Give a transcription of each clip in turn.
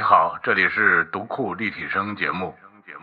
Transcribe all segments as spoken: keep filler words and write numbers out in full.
好，这里是读库立体声节目。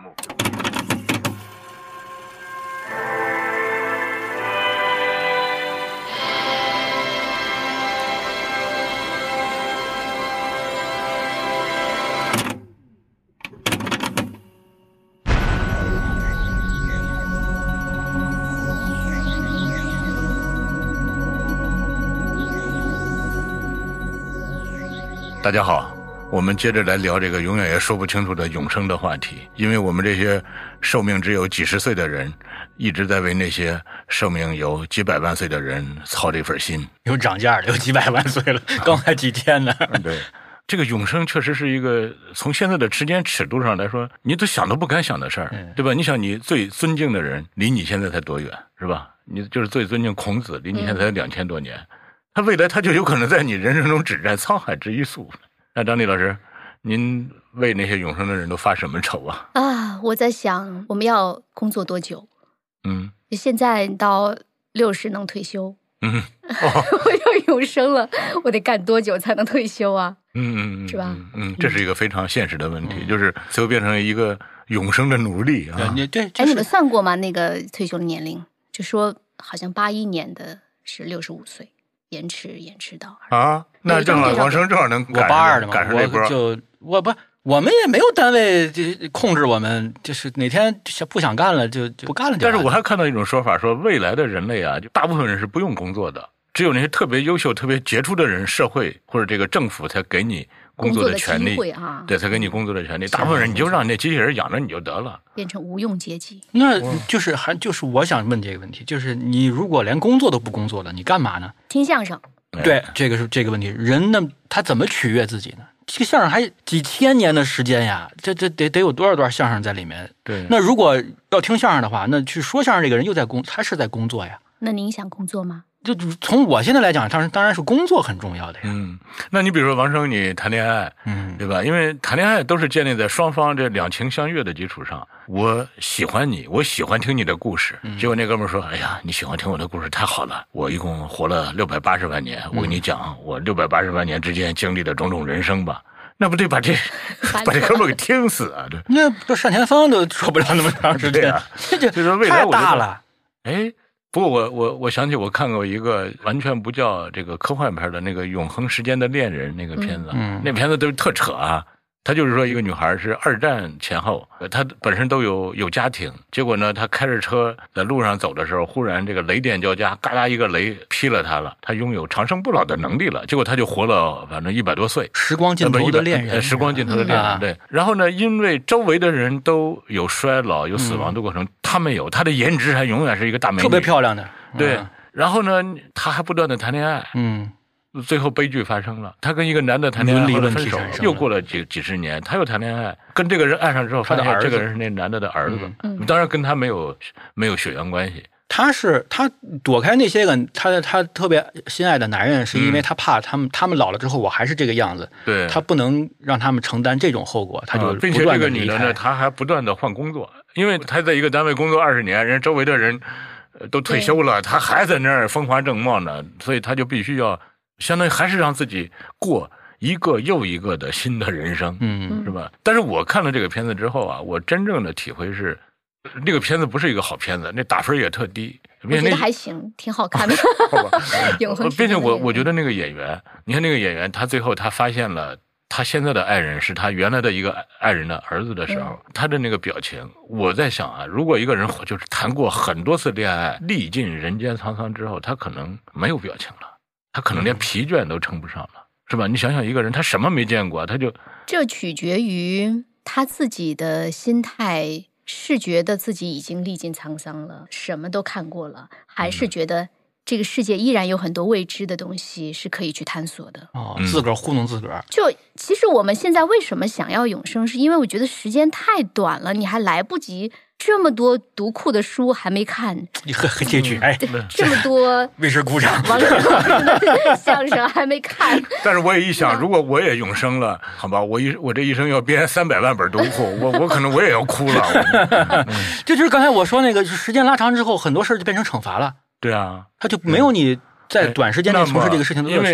大家好，我们接着来聊这个永远也说不清楚的永生的话题。因为我们这些寿命只有几十岁的人，一直在为那些寿命有几百万岁的人操这份心。 有涨价的，有几百万岁了，刚才几天呢。 对，这个永生确实是一个从现在的时间尺度上来说，你都想都不敢想的事儿，对吧？你想，你最尊敬的人离你现在才多远，是吧？你就是最尊敬孔子，离你现在才两千多年。嗯，他未来他就有可能在你人生中只占沧海之一粟。那张丽老师，您为那些永生的人都发什么愁啊？ 啊，我在想我们要工作多久？ 嗯， 现在到六十能退休。 嗯， 哦、我要永生了，我得干多久才能退休啊？ 嗯嗯， 是吧？ 嗯，这是一个非常现实的问题，嗯、就是最后变成一个永生的奴隶啊。 对对， 哎，你们算过吗？那个退休的年龄，就说好像八一年的是六十五岁。延迟延迟到啊，那正好王生正好能我八二的嘛， 赶上那波。 我就我不我们也没有单位控制我们，就是哪天不想干了就就不干了就。 但是我还看到一种说法，说未来的人类啊，就大部分人是不用工作的，只有那些特别优秀、特别杰出的人，社会或者这个政府才给你工作的权利， 啊、 对，才给你工作的权利。大部分人你就让那机器人养着你就得了， 变成无用阶级。 那就是还就是我想问这个问题，就是你如果连工作都不工作了，你干嘛呢？ 听相声。 对，这个是这个问题。人呢，他怎么取悦自己呢？这个相声还几千年的时间呀，这这得得有多少段相声在里面？ 对。 那如果要听相声的话，那去说相声这个人又在工，他是在工作呀。 那您想工作吗？ 就从我现在来讲，当然当然是工作很重要的呀。 嗯，那你比如说王生，你谈恋爱，嗯，对吧？因为谈恋爱都是建立在双方这两情相悦的基础上。我喜欢你，我喜欢听你的故事。嗯、结果那哥们说：“哎呀，你喜欢听我的故事太好了！我一共活了六百八十万年，我跟你讲，我六百八十万年之间经历的种种人生吧。”那不得把这把这哥们给听死啊？对， 那这单田芳都说不了那么长时间， 啊、这就是未来我太大了。 哎。不过我我我想起我看过一个完全不叫这个科幻片的那个《永恒时间的恋人》那个片子，嗯，那片子都是特扯啊。他就是说一个女孩是二战前后，她本身都有有家庭，结果呢，她开着车在路上走的时候，忽然这个雷电交加，嘎啦一个雷劈了她了，她拥有长生不老的能力了，结果她就活了反正一百多岁。 时光尽头的恋人， 呃、时光尽头的恋人，对。然后呢，因为周围的人都有衰老、有死亡的过程，她、嗯、没有，她的颜值还永远是一个大美女， 特别漂亮的。 对。 嗯、 然后呢，她还不断的谈恋爱， 嗯。 最后悲剧发生了，他跟一个男的谈恋爱，后来分手，又过了几几十年，他又谈恋爱，跟这个人爱上之后，发现这个人是那男的的儿子，嗯、当然跟他没有没有血缘关系。 他是他躲开那些个他他特别心爱的男人，是因为他怕他们、嗯、他们老了之后我还是这个样子， 对， 他不能让他们承担这种后果，他就不断的离开、 嗯、并且这个女的呢，她还不断的换工作，因为她在一个单位工作二十年，人周围的人都退休了，她还在那儿风华正茂呢，所以她就必须要。相当于还是让自己过一个又一个的新的人生，嗯，是吧？但是我看了这个片子之后啊，我真正的体会是，这个片子不是一个好片子，那打分也特低。 我觉得还行，挺好看的。 好吧，并且我我觉得那个演员，你看那个演员，他最后他发现了他现在的爱人是他原来的一个爱人的儿子的时候，嗯、他的那个表情，我在想啊，如果一个人就是谈过很多次恋爱，历尽人间沧桑之后，他可能没有表情了。他可能连疲倦都称不上了，是吧？你想想一个人，他什么没见过，他就这取决于他自己的心态，是觉得自己已经历尽沧桑了，什么都看过了，还是觉得这个世界依然有很多未知的东西是可以去探索的。 哦，自个儿糊弄自个儿。 就其实我们现在为什么想要永生，是因为我觉得时间太短了，你还来不及。这么多读库的书还没看， 你很很结局哎， 这么多为之鼓掌， 王老师的相声还没看。 但是我也一想，如果我也永生了，好吧，我一我这一生要编三百万本读库，我我可能我也要哭了。 这就是刚才我说那个，时间拉长之后，很多事就变成惩罚了。 对啊， 他就没有你在短时间内从事这个事情的乐趣了。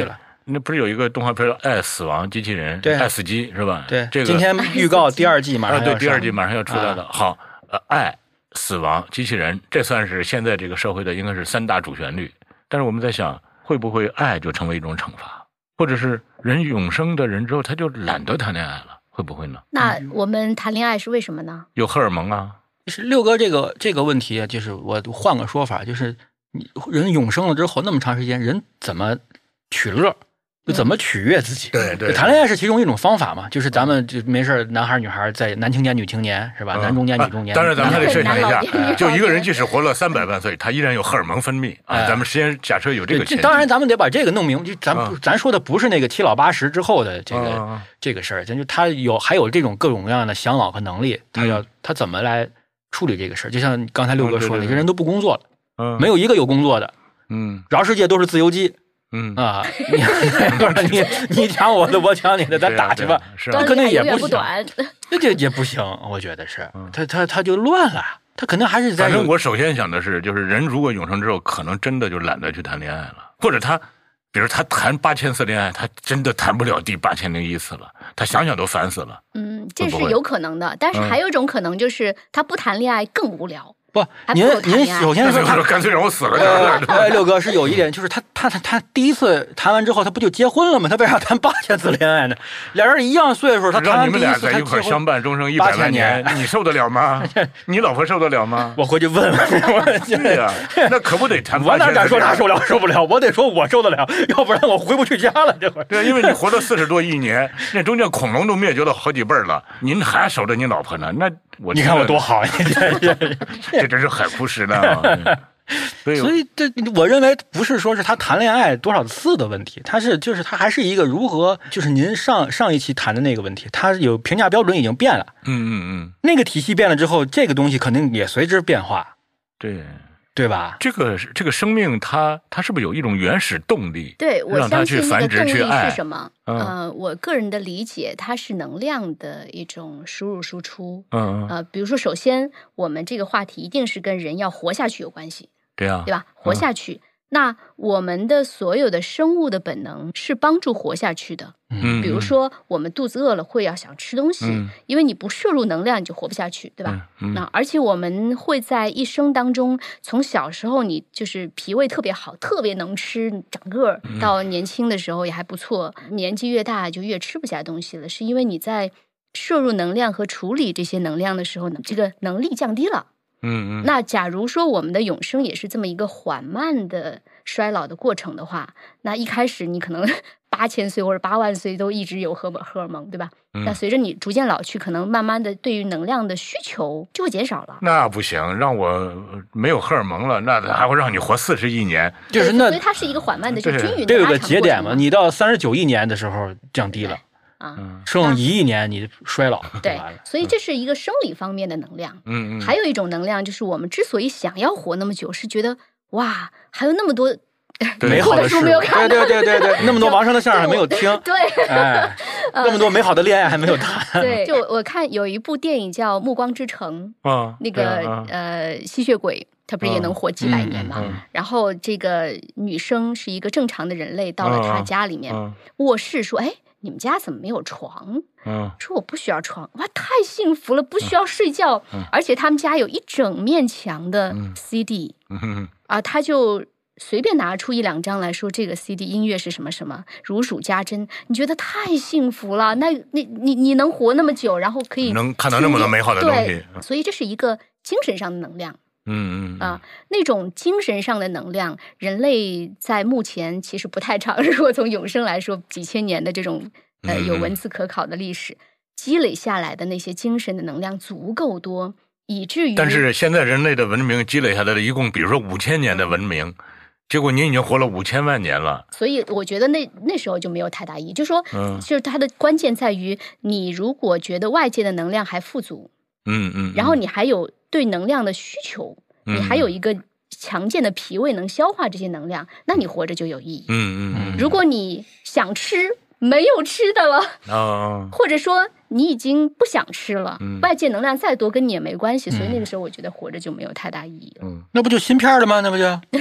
那不是有一个动画片叫《爱死亡机器人》， 对， 爱死机是吧？ 对， 这个今天预告第二季马上要、 啊、对，第二季马上要出来了。 啊、 好，呃，爱死亡机器人，这算是现在这个社会的应该是三大主旋律。但是我们在想，会不会爱就成为一种惩罚，或者是人永生的人之后他就懒得谈恋爱了，会不会呢？ 那我们谈恋爱是为什么呢？ 有荷尔蒙啊。 就是六哥这个这个问题，就是我换个说法，就是你人永生了之后那么长时间，人怎么取乐？就怎么取悦自己？ 对对， 谈恋爱是其中一种方法嘛，就是咱们就没事，男孩女孩在男青年女青年是吧？ 嗯、 男中年女中年。 当然，咱们还得设想一下，就一个人即使活了三百万岁，他依然有荷尔蒙分泌啊。咱们先假设有这个前提。 当然，咱们得把这个弄明白。就咱、嗯、咱说的不是那个七老八十之后的这个、嗯、这个事儿，咱就他有还有这种各种各样的向往和能力，他要、嗯、他怎么来处理这个事儿？就像刚才六哥说的，这、嗯、人都不工作了，嗯，没有一个有工作的，嗯，饶世界都是自由基。嗯啊，你你你抢我的，我抢你的，咱打去吧。 是， 他肯定也不短， 那这也不行，我觉得是，他他他就乱了，他肯定还是在。 反正我首先想的是，就是人如果永生之后，可能真的就懒得去谈恋爱了，或者他，比如他谈八千次恋爱，他真的谈不了第八千零一次了，他想想都烦死了。 嗯，这是有可能的，但是还有一种可能就是他不谈恋爱更无聊。 不，您您首先说他干脆让我死了。 呃，六哥是有一点，就是他他他他第一次谈完之后，他不就结婚了吗？他为啥谈八千次恋爱呢？俩人一样岁数，他谈完第一次， 让你们俩在一块相伴终生一百万年，你受得了吗？你老婆受得了吗？ 我回去问问。 对呀，那可不得谈。 我哪敢说他受不了受不了，我得说我受得了，要不然我回不去家了。这会儿对，因为你活了四十多亿年，那中间恐龙都灭绝了好几辈了，您还守着你老婆呢？那我你看我多好呀！ 这真是海枯石烂啊！ 所以，所以这我认为不是说是他谈恋爱多少次的问题，他是就是他还是一个如何，就是您上上一期谈的那个问题，他有评价标准已经变了， 嗯嗯嗯， 那个体系变了之后，这个东西肯定也随之变化， 对对吧？ 这个这个生命它它是不是有一种原始动力？ 对，我相信那个动力是什么？ 嗯、 呃，我个人的理解，它是能量的一种输入输出。 嗯呃，比如说，首先我们这个话题一定是跟人要活下去有关系， 对啊， 对吧？活下去。嗯，那我们的所有的生物的本能是帮助活下去的。 嗯， 比如说我们肚子饿了会要想吃东西， 嗯， 因为你不摄入能量你就活不下去，对吧？ 嗯，嗯那而且我们会在一生当中，从小时候你就是脾胃特别好，特别能吃，长个儿， 嗯， 到年轻的时候也还不错，年纪越大就越吃不下东西了，是因为你在摄入能量和处理这些能量的时候呢，这个能力降低了。 嗯嗯， 那假如说我们的永生也是这么一个缓慢的衰老的过程的话，那一开始你可能八千岁或者八万岁都一直有荷荷尔蒙，对吧？ 嗯， 那随着你逐渐老去，可能慢慢的对于能量的需求就会减少了。 那不行，让我没有荷尔蒙了，那还会让你活四十亿年， 就是那， 所以它是一个缓慢的、就均匀的。 这有个节点嘛，你到三十九亿年的时候降低了。 啊， 剩一亿年你衰老， 对，所以这是一个生理方面的能量。 嗯嗯， 还有一种能量就是我们之所以想要活那么久，是觉得哇，还有那么多美好的书没有看， 对对对对对，那么多王声的相声还没有听， 对， 哎，那么多美好的恋爱还没有谈。 对，就我看有一部电影叫《暮光之城》， 啊， 那个呃吸血鬼。他不是也能活几百年嘛？ 嗯嗯嗯、 然后这个女生是一个正常的人类，到了他家里面、 嗯嗯、 卧室，说：“哎，你们家怎么没有床？” 嗯， 说我不需要床，哇，太幸福了，不需要睡觉。 嗯、 而且他们家有一整面墙的 C D，、 嗯嗯、 啊，他就随便拿出一两张来说，这个 C D 音乐是什么什么，如数家珍。你觉得太幸福了？那你你你能活那么久，然后可以能看到那么多美好的东西， 所以这是一个精神上的能量。 嗯嗯啊，那种精神上的能量，人类在目前其实不太长。如果从永生来说，几千年的这种呃有文字可考的历史、嗯、积累下来的那些精神的能量足够多，以至于但是现在人类的文明积累下来的一共，比如说五千年的文明，结果您已经活了五千万年了。 所以我觉得那那时候就没有太大意义，就是说， 嗯， 就是它的关键在于，你如果觉得外界的能量还富足， 嗯 嗯, 嗯， 然后你还有对能量的需求。你还有一个强健的脾胃能消化这些能量，那你活着就有意义。 嗯嗯嗯。 如果你想吃没有吃的了， 哦， 或者说你已经不想吃了， 嗯、 外界能量再多跟你也没关系，所以那个时候我觉得活着就没有太大意义了。 嗯， 那不就芯片了吗？那不就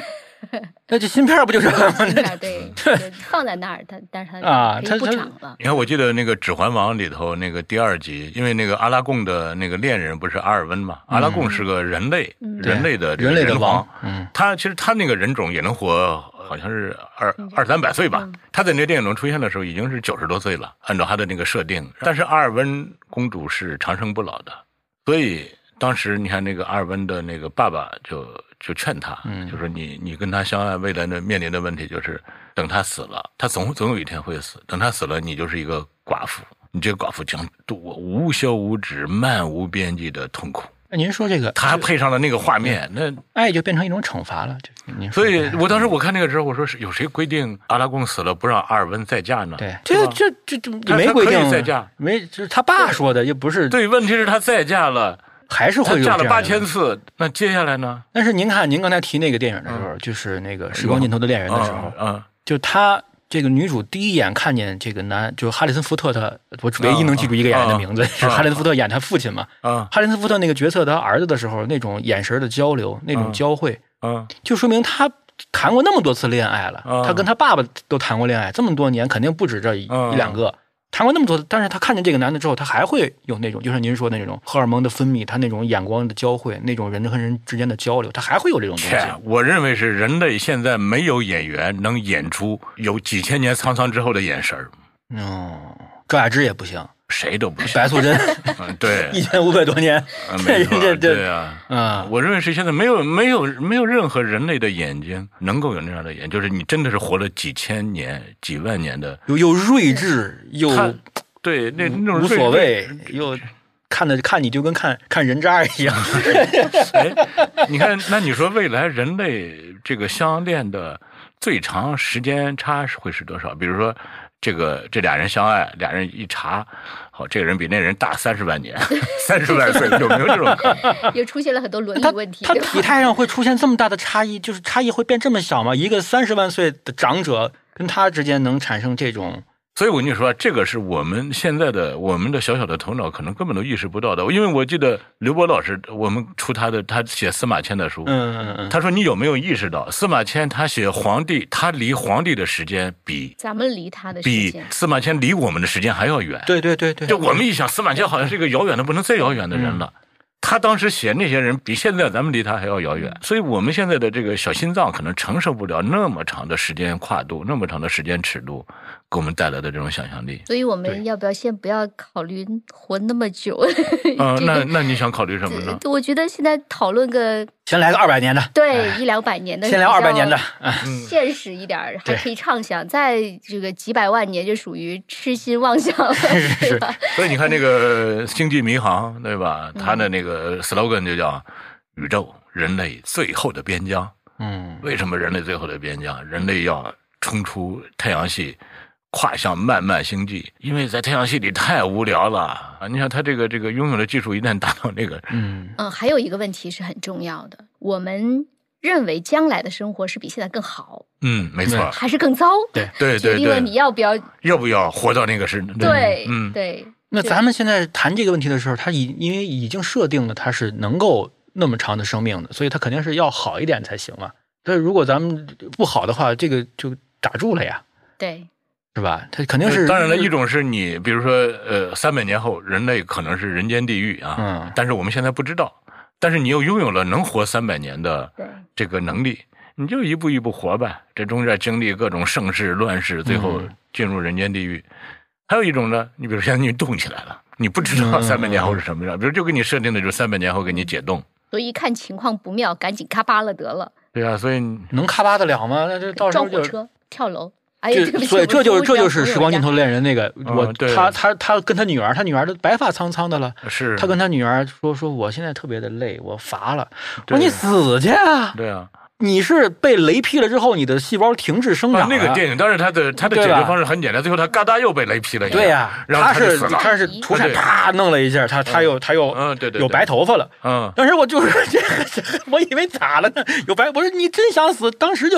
那这芯片不就是吗？ 芯片对，放在那儿，它但是它啊， 它不长了。 你看，我记得那个《指环王》里头那个第二集，因为那个阿拉贡的那个恋人不是阿尔温嘛？阿拉贡是个人类， 嗯、 人类的人类的王。 嗯， 他其实他那个人种也能活，好像是二二三百岁吧。 嗯、 他在那个电影中出现的时候已经是九十多岁了，按照他的那个设定。但是阿尔温公主是长生不老的，所以当时你看那个阿尔温的那个爸爸就就劝他， 嗯， 就说你你跟他相爱，未来的面临的问题就是等他死了，他总总有一天会死。等他死了，你就是一个寡妇，你这个寡妇将度过无休无止、漫无边际的痛苦。 那您说这个， 他配上了那个画面，那爱就变成一种惩罚了。就您所以，我当时我看那个时候，我说是有谁规定阿拉贡死了不让阿尔温再嫁呢？ 对，这这这这没规定再嫁， 没，就是他爸说的，又不是。 对，问题是他再嫁了。 还是会有嫁了八千次，那接下来呢？ 但是您看，您刚才提那个电影的时候，嗯、就是那个《时光尽头的恋人》的时候， 嗯，嗯就他这个女主第一眼看见这个男，就是哈里森福特，他我唯一能记住一个演员的名字、嗯、是哈里森福特演他父亲嘛。 嗯， 哈里森福特那个角色他儿子的时候，那种眼神的交流，那种交汇， 嗯， 就说明他谈过那么多次恋爱了， 嗯、 他跟他爸爸都谈过恋爱，这么多年肯定不止这一、 嗯、 一两个。谈过那么多，但是他看见这个男的之后，他还会有那种，就像您说的那种荷尔蒙的分泌，他那种眼光的交汇，那种人和人之间的交流，他还会有这种东西。 我认为是人类现在没有演员能演出有几千年沧桑之后的眼神。 嗯，赵雅芝也不行， 谁都不行。 白素贞， 嗯，对， 一千五百多年， 嗯、没错， 这这对啊， 嗯， 我认为是现在没有没有没有任何人类的眼睛能够有那样的眼，就是你真的是活了几千年、几万年的， 又又睿智又。 对，那那种无所谓，又看的看你就跟看看人渣一样。 哎，你看，那你说未来人类这个相恋的最长时间差会是多少？比如说，这个这俩人相爱，俩人一查，好，这个人比那人大三十万年，三十万岁，有没有这种可能？ 又出现了很多伦理问题。 他体态上会出现这么大的差异，就是差异会变这么小吗？一个三十万岁的长者跟他之间能产生这种？ 所以我跟你说，这个是我们现在的我们的小小的头脑可能根本都意识不到的。因为我记得刘波老师，我们出他的他写司马迁的书， 嗯嗯嗯， 他说你有没有意识到司马迁他写皇帝，他离皇帝的时间比咱们离他的时间比司马迁离我们的时间还要远。 对对对对， 就我们一想，司马迁好像是一个遥远的不能再遥远的人了。嗯，他当时写那些人比现在咱们离他还要遥远，所以我们现在的这个小心脏可能承受不了那么长的时间跨度，那么长的时间尺度给我们带来的这种想象力。 所以我们要不要先不要考虑活那么久？ 嗯、呃，那那你想考虑什么呢？ 我觉得现在讨论个先来个二百年的， 对，一两百年的， 先聊二百年的， 现实一点，还可以畅想。再这个几百万年就属于痴心妄想了， 是吧？ 所以你看那个《星际迷航》，对吧？他的那个 slogan 就叫“宇宙人类最后的边疆”。 嗯， 为什么人类最后的边疆？人类要冲出太阳系，跨向漫漫星际，因为在太阳系里太无聊了啊！你看他这个这个拥有的技术一旦达到那个， 嗯嗯，还有一个问题是很重要的，我们认为将来的生活是比现在更好， 嗯，没错， 还是更糟？ 对对对对， 决定了你要不要要不要活到那个时， 对， 嗯对。 那咱们现在谈这个问题的时候，他已因为已经设定了他是能够那么长的生命的，所以他肯定是要好一点才行嘛。但如果咱们不好的话，这个就打住了呀。 对。 是吧？它肯定是当然了，一种是你，比如说，呃，三百年后人类可能是人间地狱啊， 嗯， 但是我们现在不知道，但是你又拥有了能活三百年的这个能力，你就一步一步活呗。这中间经历各种盛世乱世，最后进入人间地狱。嗯、还有一种呢，你比如现在你动起来了，你不知道三百年后是什么样，嗯、比如就给你设定的就是三百年后给你解冻， 所以一看情况不妙，赶紧咔巴了得了。 对啊，所以能咔巴得了吗？那这到时候就撞火车、跳楼。 哎、所以这就是这就是时光尽头恋人那个我、 嗯、 他他他跟他女儿，他女儿都白发苍苍的了， 是他跟他女儿说说我现在特别的累，我乏了。我说你死去啊！ 对啊， 你是被雷劈了之后，你的细胞停止生长、啊啊。那个电影当然他的他的解决方式很简单，最后他嘎哒又被雷劈了一下。 对呀、啊， 他是他是涂产啪弄了一下，他他又他又嗯对对有白头发了。 嗯， 当时我就是这个，我以为咋了呢？有白，我说你真想死，当时就。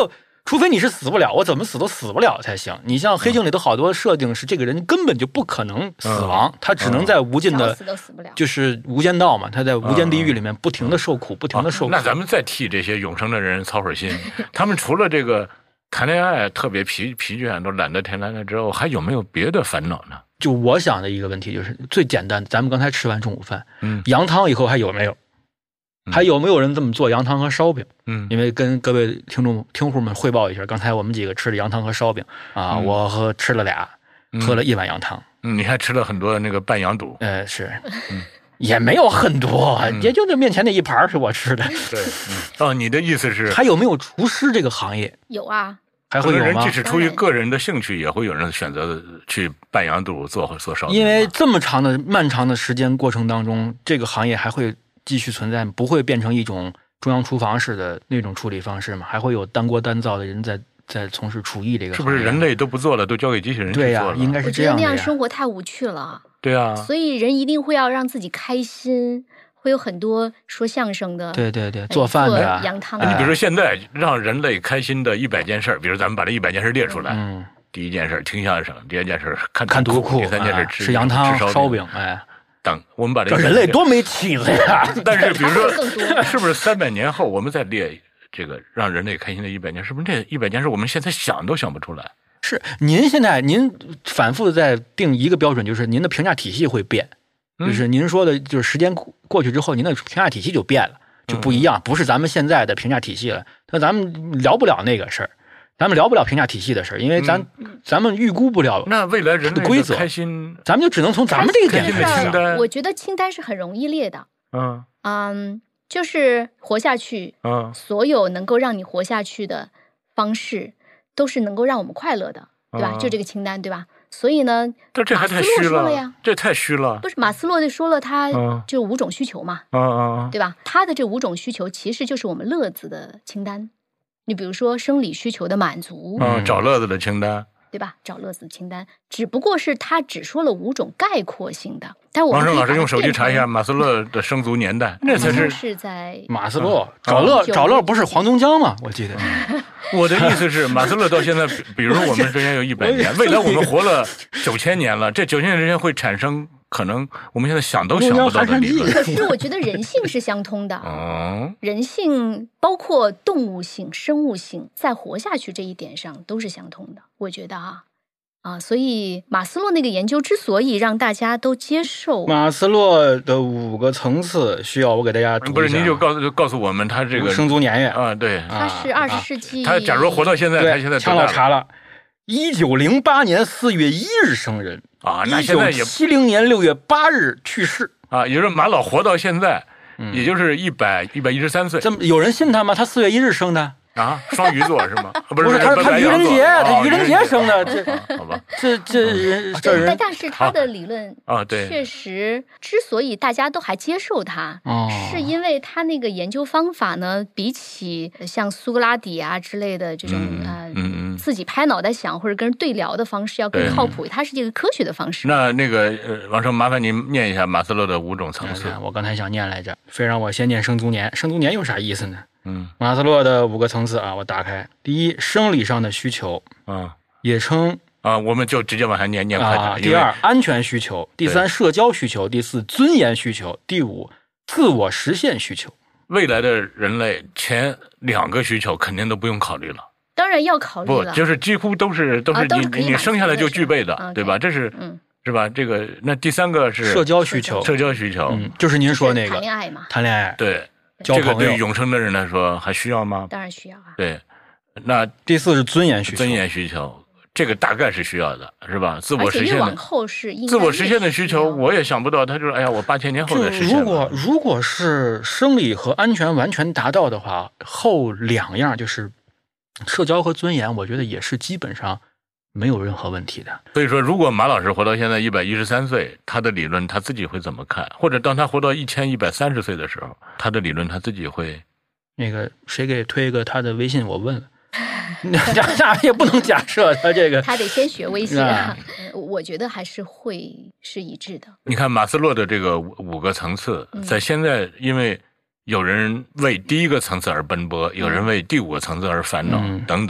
除非你是死不了，我怎么死都死不了才行。你像黑镜里头好多设定是这个人根本就不可能死亡，他只能在无尽的，就是无间道嘛，他在无间地狱里面不停的受苦，不停的受苦。 那咱们再替这些永生的人操会儿心，他们除了这个谈恋爱特别疲疲倦，都懒得谈恋爱之后，还有没有别的烦恼呢？ 就我想的一个问题就是最简单，咱们刚才吃完中午饭，嗯，羊汤以后还有没有？还有没有人这么做羊汤和烧饼？嗯，因为跟各位听众听户们汇报一下，刚才我们几个吃了羊汤和烧饼啊，嗯、我喝吃了俩，喝了一碗羊汤。 嗯，你还吃了很多那个半羊肚。 呃，是，嗯、也没有很多，嗯、也就这面前那一盘是我吃的。 对，嗯，哦，你的意思是还有没有厨师这个行业？ 有啊。 还会有吗？ 人即使出于个人的兴趣，也会有人选择去半羊肚做做烧饼。 因为这么长的漫长的时间过程当中，这个行业还会继续存在，不会变成一种中央厨房式的那种处理方式嘛？还会有单锅单灶的人在在从事厨艺这个行业。 是不是人类都不做了，都交给机器人去做了？ 对呀、啊，应该是这样的呀。 我觉得那样生活太无趣了。 对啊， 所以人一定会要让自己开心。会有很多说相声的， 对对对，做饭的、 呀，羊汤的。 你比如说，现在让人类开心的一百件事，比如咱们把这一百件事列出来。嗯，第一件事听相声，第二件事看看读库， 第三件事吃、 哎、吃羊汤、 吃烧饼。哎， 等我们把这个人类多没气子呀！ 但是比如说，是不是三百年后我们再列这个让人类开心的一百件，是不是这一百件事我们现在想都想不出来？ 是您现在您反复的在定一个标准，就是您的评价体系会变。就是您说的，就是时间过去之后，您的评价体系就变了，就不一样，不是咱们现在的评价体系了。那咱们聊不了那个事儿，咱们聊不了评价体系的事儿，因为咱、嗯、咱们预估不了那未来人类规则开心， 咱们就只能从咱们这个点上清单。 我觉得清单是很容易列的。嗯嗯，就是活下去，嗯，所有能够让你活下去的方式，都是能够让我们快乐的，对吧？嗯、就这个清单，对吧？所以呢， 这这还太虚了呀！这太虚了。 不是马斯洛就说了，他就五种需求嘛，嗯嗯，对吧？他的这五种需求其实就是我们乐子的清单。你比如说生理需求的满足， 嗯，找乐子的清单， 对吧？找乐子的清单，只不过是他只说了五种概括性的。但我王生老师用手机查一下马斯洛的生卒年代，那才是是在马斯洛找乐找乐不是黄宗江吗？我记得。 我的意思是，马斯洛到现在，比如说我们之间有一百年，未来我们活了九千年了，这九千年之间会产生可能我们现在想都想不到的理论。 可是我觉得人性是相通的，哦、人性包括动物性、生物性，在活下去这一点上都是相通的。我觉得啊。啊，所以马斯洛那个研究之所以让大家都接受， 马斯洛的五个层次需要我给大家读一下。 不是，您就告诉告诉我们他这个生卒年月啊，对， 他是二十世纪、 啊，他假如活到现在，他现在强老查了，一九零八年四月一日生人啊，那现在也七零年六月八日去世啊，也就是马老活到现在，嗯、也就是一百一百一十三岁。 这么有人信他吗？他四月一日生的。 啊，双鱼座是吗？不是， 不是他他愚人节，他愚人节生的，这好吧？ 这这人这人， 但是他的理论啊，对， 确实，之所以大家都还接受他，是因为他那个研究方法呢，比起像苏格拉底啊之类的这种呃，自己拍脑袋想或者跟人对聊的方式要更靠谱，它是这个科学的方式。 那那个呃，王生，麻烦您念一下马斯洛的五种层次。 我刚才想念来着，非让我先念生卒年，生卒年有啥意思呢？嗯，马斯洛的五个层次啊，我打开。第一，生理上的需求，嗯，也称啊，我们就直接往下念念快点、啊。 第二，安全需求；第三，社交需求；第四，尊严需求；第五，自我实现需求。 未来的人类前两个需求肯定都不用考虑了， 当然要考虑了， 不就是几乎都是都是你、啊、你生下来就具备的，啊、对吧？这是嗯。是吧？这个那第三个是社交需求， 社交需求、 嗯、就是您说那个谈恋爱嘛， 谈恋爱对。 交朋友， 这个对永生的人来说还需要吗？ 当然需要啊。 对，那第四是尊严需求， 尊严需求，这个大概是需要的，是吧？自我实现的， 往后是自我实现的需求，我也想不到，他就是哎呀，我八千年后再实现。 如果如果是生理和安全完全达到的话，后两样就是社交和尊严，我觉得也是基本上没有任何问题的。 所以说，如果马老师活到现在一百一十三岁，他的理论他自己会怎么看？或者当他活到一千一百三十岁的时候，他的理论他自己会…… 那个谁给推个他的微信？我问了，那也不能假设他这个， 他得先学微信啊。我觉得还是会是一致的。 你看马斯洛的这个五个层次，在现在因为有人为第一个层次而奔波，有人为第五个层次而烦恼、嗯、等等。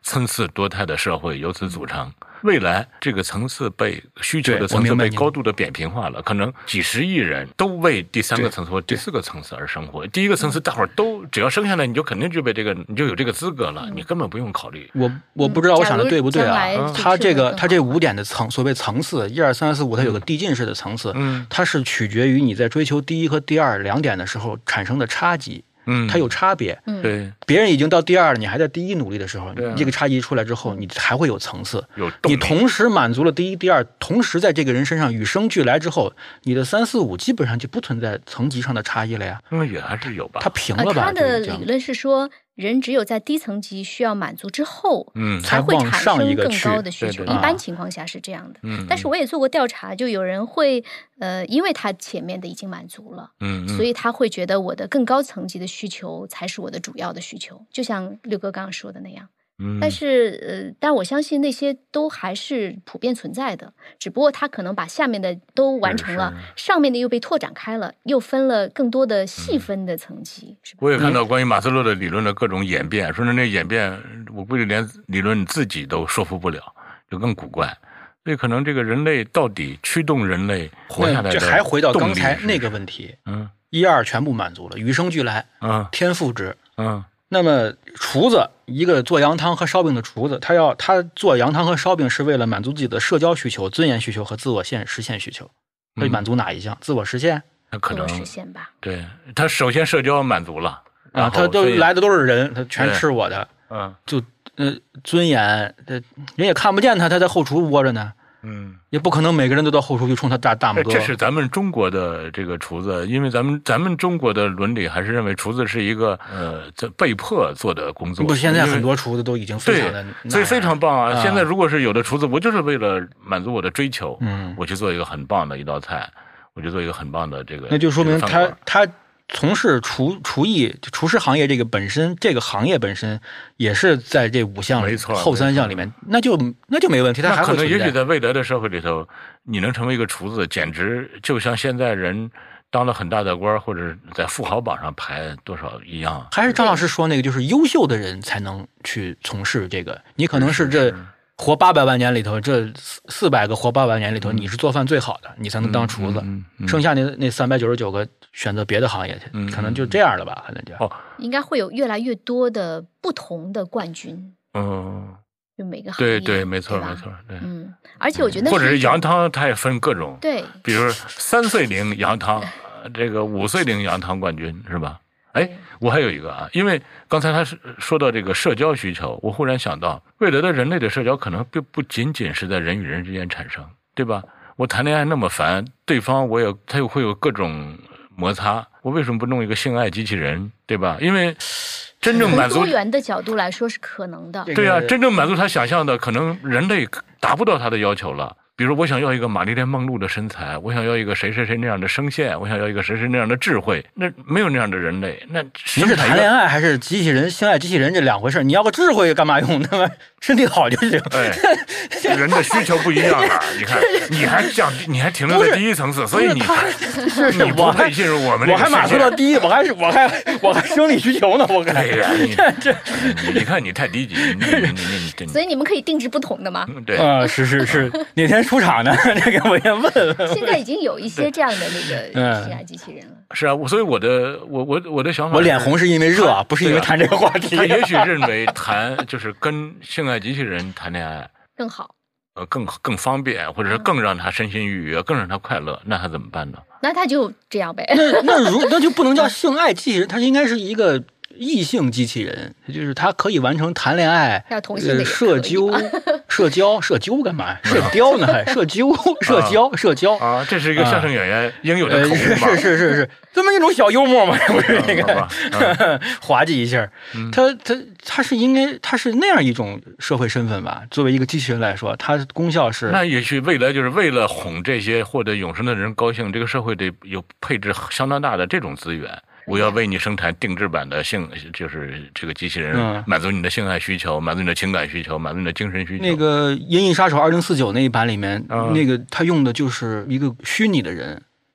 参差多态的社会由此组成。未来这个层次被需求的层次被高度的扁平化了，可能几十亿人都为第三个层次或第四个层次而生活。第一个层次大伙儿都只要生下来你就肯定具备这个，你就有这个资格了，你根本不用考虑。 我我不知道我想的对不对啊？他这个他这五点的层所谓层次一二三四五，它有个递进式的层次，嗯，它是取决于你在追求第一和第二两点的时候产生的差距。嗯，它有差别。 嗯，对， 别人已经到第二了，你还在第一努力的时候，你这个差距出来之后，你还会有层次。 有你同时满足了第一、第二，同时在这个人身上与生俱来之后，你的三四五基本上就不存在层级上的差异了呀。 那也还是有吧？ 它平了吧？ 他的理论是说，人只有在低层级需要满足之后， 嗯， 才会产生更高的需求。 对对对， 一般情况下是这样的。 嗯， 但是我也做过调查，就有人会呃，因为他前面的已经满足了， 嗯， 所以他会觉得我的更高层级的需求才是我的主要的需求，就像六哥刚刚说的那样。 嗯， 但是呃，但我相信那些都还是普遍存在的，只不过他可能把下面的都完成了，上面的又被拓展开了，又分了更多的细分的层级。是吧？ 我也看到关于马斯洛的理论的各种演变，说是那演变，我估计连理论自己都说服不了，就更古怪。所以可能这个人类到底驱动人类活下来的动力， 这还回到刚才那个问题， 嗯， 一二全部满足了，与生俱来， 嗯， 天赋值， 嗯。 那么厨子，一个做羊汤和烧饼的厨子，他要他做羊汤和烧饼是为了满足自己的社交需求、尊严需求和自我现实现需求。他满足哪一项？嗯、自我实现？ 他可能实现吧。 对，他首先社交满足了啊，他都来的都是人，他全吃我的， 嗯， 就呃尊严，这人也看不见他，他在后厨窝着呢。 嗯， 也不可能每个人都到后厨去冲他大大拇哥。 这是咱们中国的这个厨子，因为咱们咱们中国的伦理还是认为厨子是一个呃这被迫做的工作。 不，现在很多厨子都已经非常的， 所以非常棒啊！啊现在如果是有的厨子，我就是为了满足我的追求， 嗯， 我去做一个很棒的一道菜，我就做一个很棒的这个， 那就说明他他。从事厨厨艺厨师行业这个本身，这个行业本身也是在这五项后三项里面，那就那就没问题。他还可能也许在未来的社会里头，你能成为一个厨子，简直就像现在人当了很大的官或者在富豪榜上排多少一样。 还是张老师说那个，就是优秀的人才能去从事这个，你可能是这活八百万年里头，这四百个活八百万年里头，你是做饭最好的，你才能当厨子。 嗯嗯嗯、 剩下那那三百九十九个选择别的行业去， 嗯、 可能就这样了吧？可能就、 哦、 应该会有越来越多的不同的冠军。 嗯， 就每个行业。 对对，没错没错，对。 嗯，而且我觉得或者是羊汤，它也分各种。 对， 比如三岁龄羊汤，这个五岁龄羊汤冠军是吧？哎，我还有一个啊，因为刚才他说到这个社交需求，我忽然想到，未来的人类的社交可能并不仅仅是在人与人之间产生，对吧？我谈恋爱那么烦，对方我有他又会有各种摩擦，我为什么不弄一个性爱机器人，对吧？因为真正满足多元的角度来说是可能的。 对啊，真正满足他想象的，可能人类达不到他的要求了。比如我想要一个玛丽莲梦露的身材，我想要一个谁谁谁那样的声线，我想要一个谁谁那样的智慧，那没有那样的人类。那您是谈恋爱还是机器人性爱机器人这两回事？你要个智慧干嘛用？那么身体好就行。 哎，人的需求不一样啊！你看，你还降，你还停留在第一层次，所以你是你不配进入我们这个世界。 我还马上到第一，我还是我还我还生理需求呢，我感觉。你这你看你太低级，你你你你。 所以你们可以定制不同的吗？ 对啊，是是是，哪天出场呢？这个我先问问。 现在已经有一些这样的那个性爱机器人了。 是啊，所以我的我我我的想法， 我脸红是因为热，不是因为谈这个话题。 他也许认为谈就是跟性爱机器人谈恋爱更好， 呃，更更方便，或者是更让他身心愉悦，更让他快乐，那他怎么办呢？ 那他就这样呗。 那那如那就不能叫性爱机器人，它应该是一个异性机器人，就是它可以完成谈恋爱、 要同性的社交、社交、社交干嘛？社交呢？还社交、社交、社交啊！这是一个相声演员应有的口误嘛？是是是是，这么一种小幽默嘛？不是那个滑稽一下，他他他是应该他是那样一种社会身份吧？作为一个机器人来说，它功效是那也许未来就是为了哄这些获得永生的人高兴，这个社会得有配置相当大的这种资源。我要为你生产定制版的性，就是这个机器人， 嗯、 满足你的性爱需求，满足你的情感需求，满足你的精神需求。 那个《银翼杀手二零四九》那一版里面， 嗯、 那个他用的就是一个虚拟的人，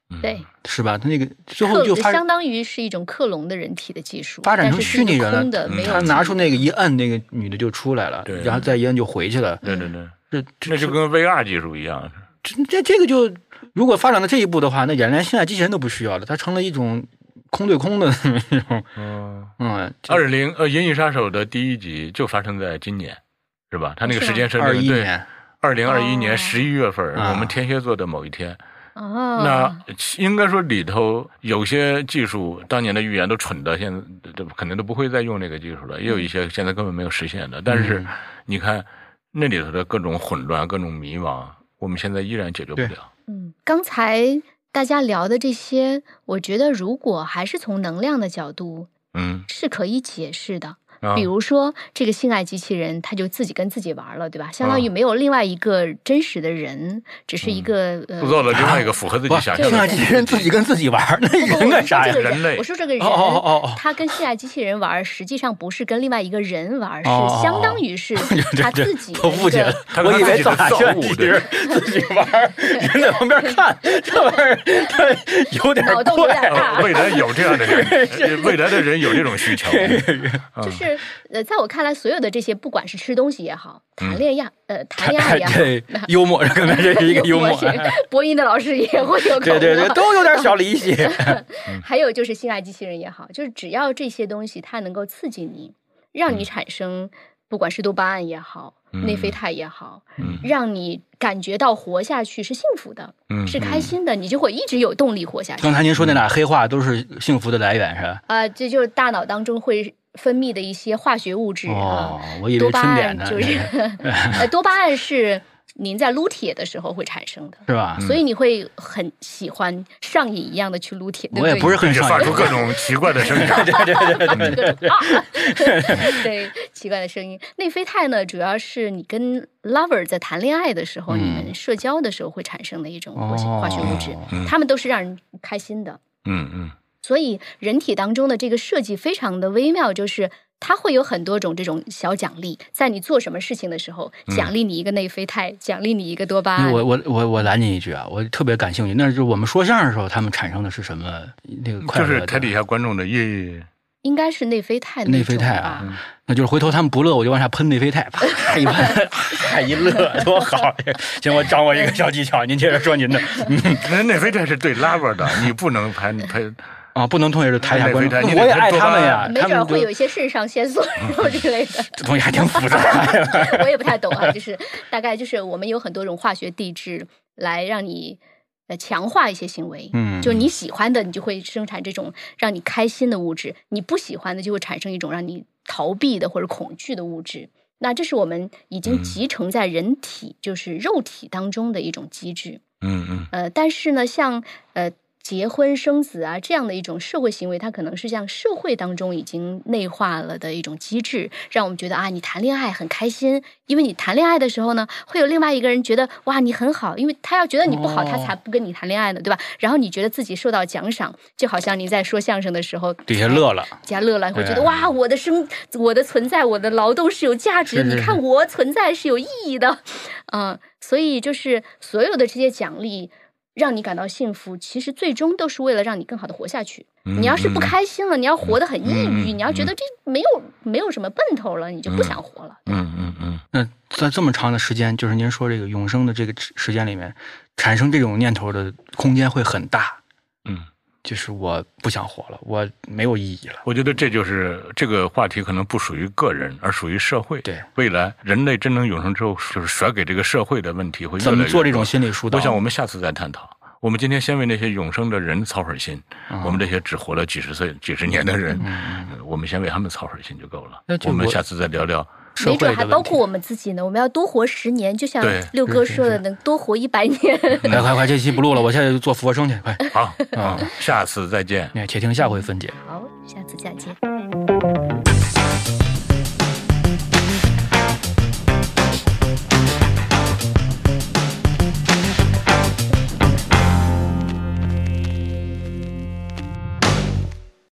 对， 是吧？他那个最后就发相当于是一种克隆的人体的技术， 发展成虚拟人了。 嗯、 他拿出那个一摁，那个女的就出来了，然后再一摁就回去了。 对对对， 这那就跟 V R 技术一样。 这这这个就如果发展到这一步的话，那连现在机器人都不需要了，它成了一种空对空的那种。 嗯嗯， 二零呃，《银翼杀手》的第一集就发生在今年，是吧？他那个时间是二一年， 二零二一年十一月份， 哦、 我们天蝎座的某一天。 哦， 那应该说里头有些技术，当年的预言都蠢的，现在都可能都不会再用这个技术了。也有一些现在根本没有实现的。但是你看那里头的各种混乱、各种迷茫，我们现在依然解决不了。 嗯，刚才大家聊的这些，我觉得如果还是从能量的角度， 嗯， 是可以解释的。 啊、 比如说这个性爱机器人，他就自己跟自己玩了，对吧？相当于没有另外一个真实的人，啊、只是一个、 嗯、塑造了另外一个符合自己想象的。 性爱机器人自己跟自己玩，那人干啥呀？ 人类。 我说这个人， 哦哦哦哦他跟性爱机器人玩，实际上不是跟另外一个人玩，哦、是相当于是他自己的。 我误解了，我以为造性爱机器人自己玩，人在旁边看，这玩意儿他有点脑洞有点大。 未来有这样的人，未来的人有这种需求， 就是呃，在我看来，所有的这些，不管是吃东西也好，谈恋爱，呃，谈恋爱也好， 对，幽默，可能这是一个幽默。 播音的老师也会有， 对对对，都有点小离奇。 还有就是性爱机器人也好，就是只要这些东西它能够刺激你，让你产生不管是多巴胺也好，内啡肽也好，让你感觉到活下去是幸福的，是开心的，你就会一直有动力活下去。 刚才您说那俩黑话都是幸福的来源，是吧？ 啊，这就是大脑当中会分泌的一些化学物质哦， 啊， 我以为春点呢， 就是呃，多巴胺是您在撸铁的时候会产生的， 是吧？ 所以你会很喜欢上瘾一样的去撸铁。 我也不是很上瘾， 发出各种奇怪的声音， 对对对对对对， 啊，对，奇怪的声音。内啡肽呢，主要是你跟 lover 在谈恋爱的时候， 嗯、 你们社交的时候会产生的一种化学物质， 哦嗯、它们都是让人开心的。 嗯嗯。 所以人体当中的这个设计非常的微妙，就是它会有很多种这种小奖励，在你做什么事情的时候，奖励你一个内啡肽，嗯、奖励你一个多巴胺。 我我我我拦你一句啊，我特别感兴趣，那就是我们说相声的时候，他们产生的是什么那个快乐？ 就是台底下观众的耶。 应该是内啡肽， 内啡肽啊，嗯、那就是回头他们不乐，我就往下喷内啡肽，啪一喷，啪一乐，多好呀！行，我掌握一个小技巧，您接着说您的。 那内啡肽是对 lover 的，你不能喷喷。 啊，不能同学是台下观众，我也爱他们呀。 没准会有一些肾上腺素之类的， 这东西还挺复杂的。我也不太懂啊，就是大概就是我们有很多种化学地质来让你呃强化一些行为。嗯，就你喜欢的，你就会生产这种让你开心的物质；你不喜欢的，就会产生一种让你逃避的或者恐惧的物质。那这是我们已经集成在人体，嗯、就是肉体当中的一种机制。 嗯嗯。 呃，但是呢，像呃。结婚生子啊，这样的一种社会行为，它可能是像社会当中已经内化了的一种机制，让我们觉得啊，你谈恋爱很开心，因为你谈恋爱的时候呢，会有另外一个人觉得哇，你很好，因为他要觉得你不好，他才不跟你谈恋爱呢，对吧？然后你觉得自己受到奖赏，就好像你在说相声的时候， 底下乐了， 底下乐了，会觉得哇，我的生，我的存在，我的劳动是有价值，你看我存在是有意义的，嗯、呃，所以就是所有的这些奖励。让你感到幸福，其实最终都是为了让你更好的活下去。嗯、你要是不开心了，嗯、你要活得很抑郁，嗯、你要觉得这没有没有什么奔头了，你就不想活了。 嗯嗯嗯。那在这么长的时间，就是您说这个永生的这个时间里面，产生这种念头的空间会很大。 嗯， 就是我不想活了，我没有意义了。 我觉得这就是这个话题可能不属于个人，而属于社会。 对， 未来人类真正永生之后，就是甩给这个社会的问题会越来越多。 怎么做这种心理疏导？ 我想我们下次再探讨。我们今天先为那些永生的人操会心，嗯、我们这些只活了几十岁、几十年的人，嗯、我们先为他们操会心就够了。 那我们下次再聊聊社会的问题，没准还包括我们自己呢。我们要多活十年，就像六哥说的，能多活一百年。 快快快，这期不录了，我现在就做俯卧撑去，快。 好，啊，下次再见。 那且听下回分解。 好，下次再见。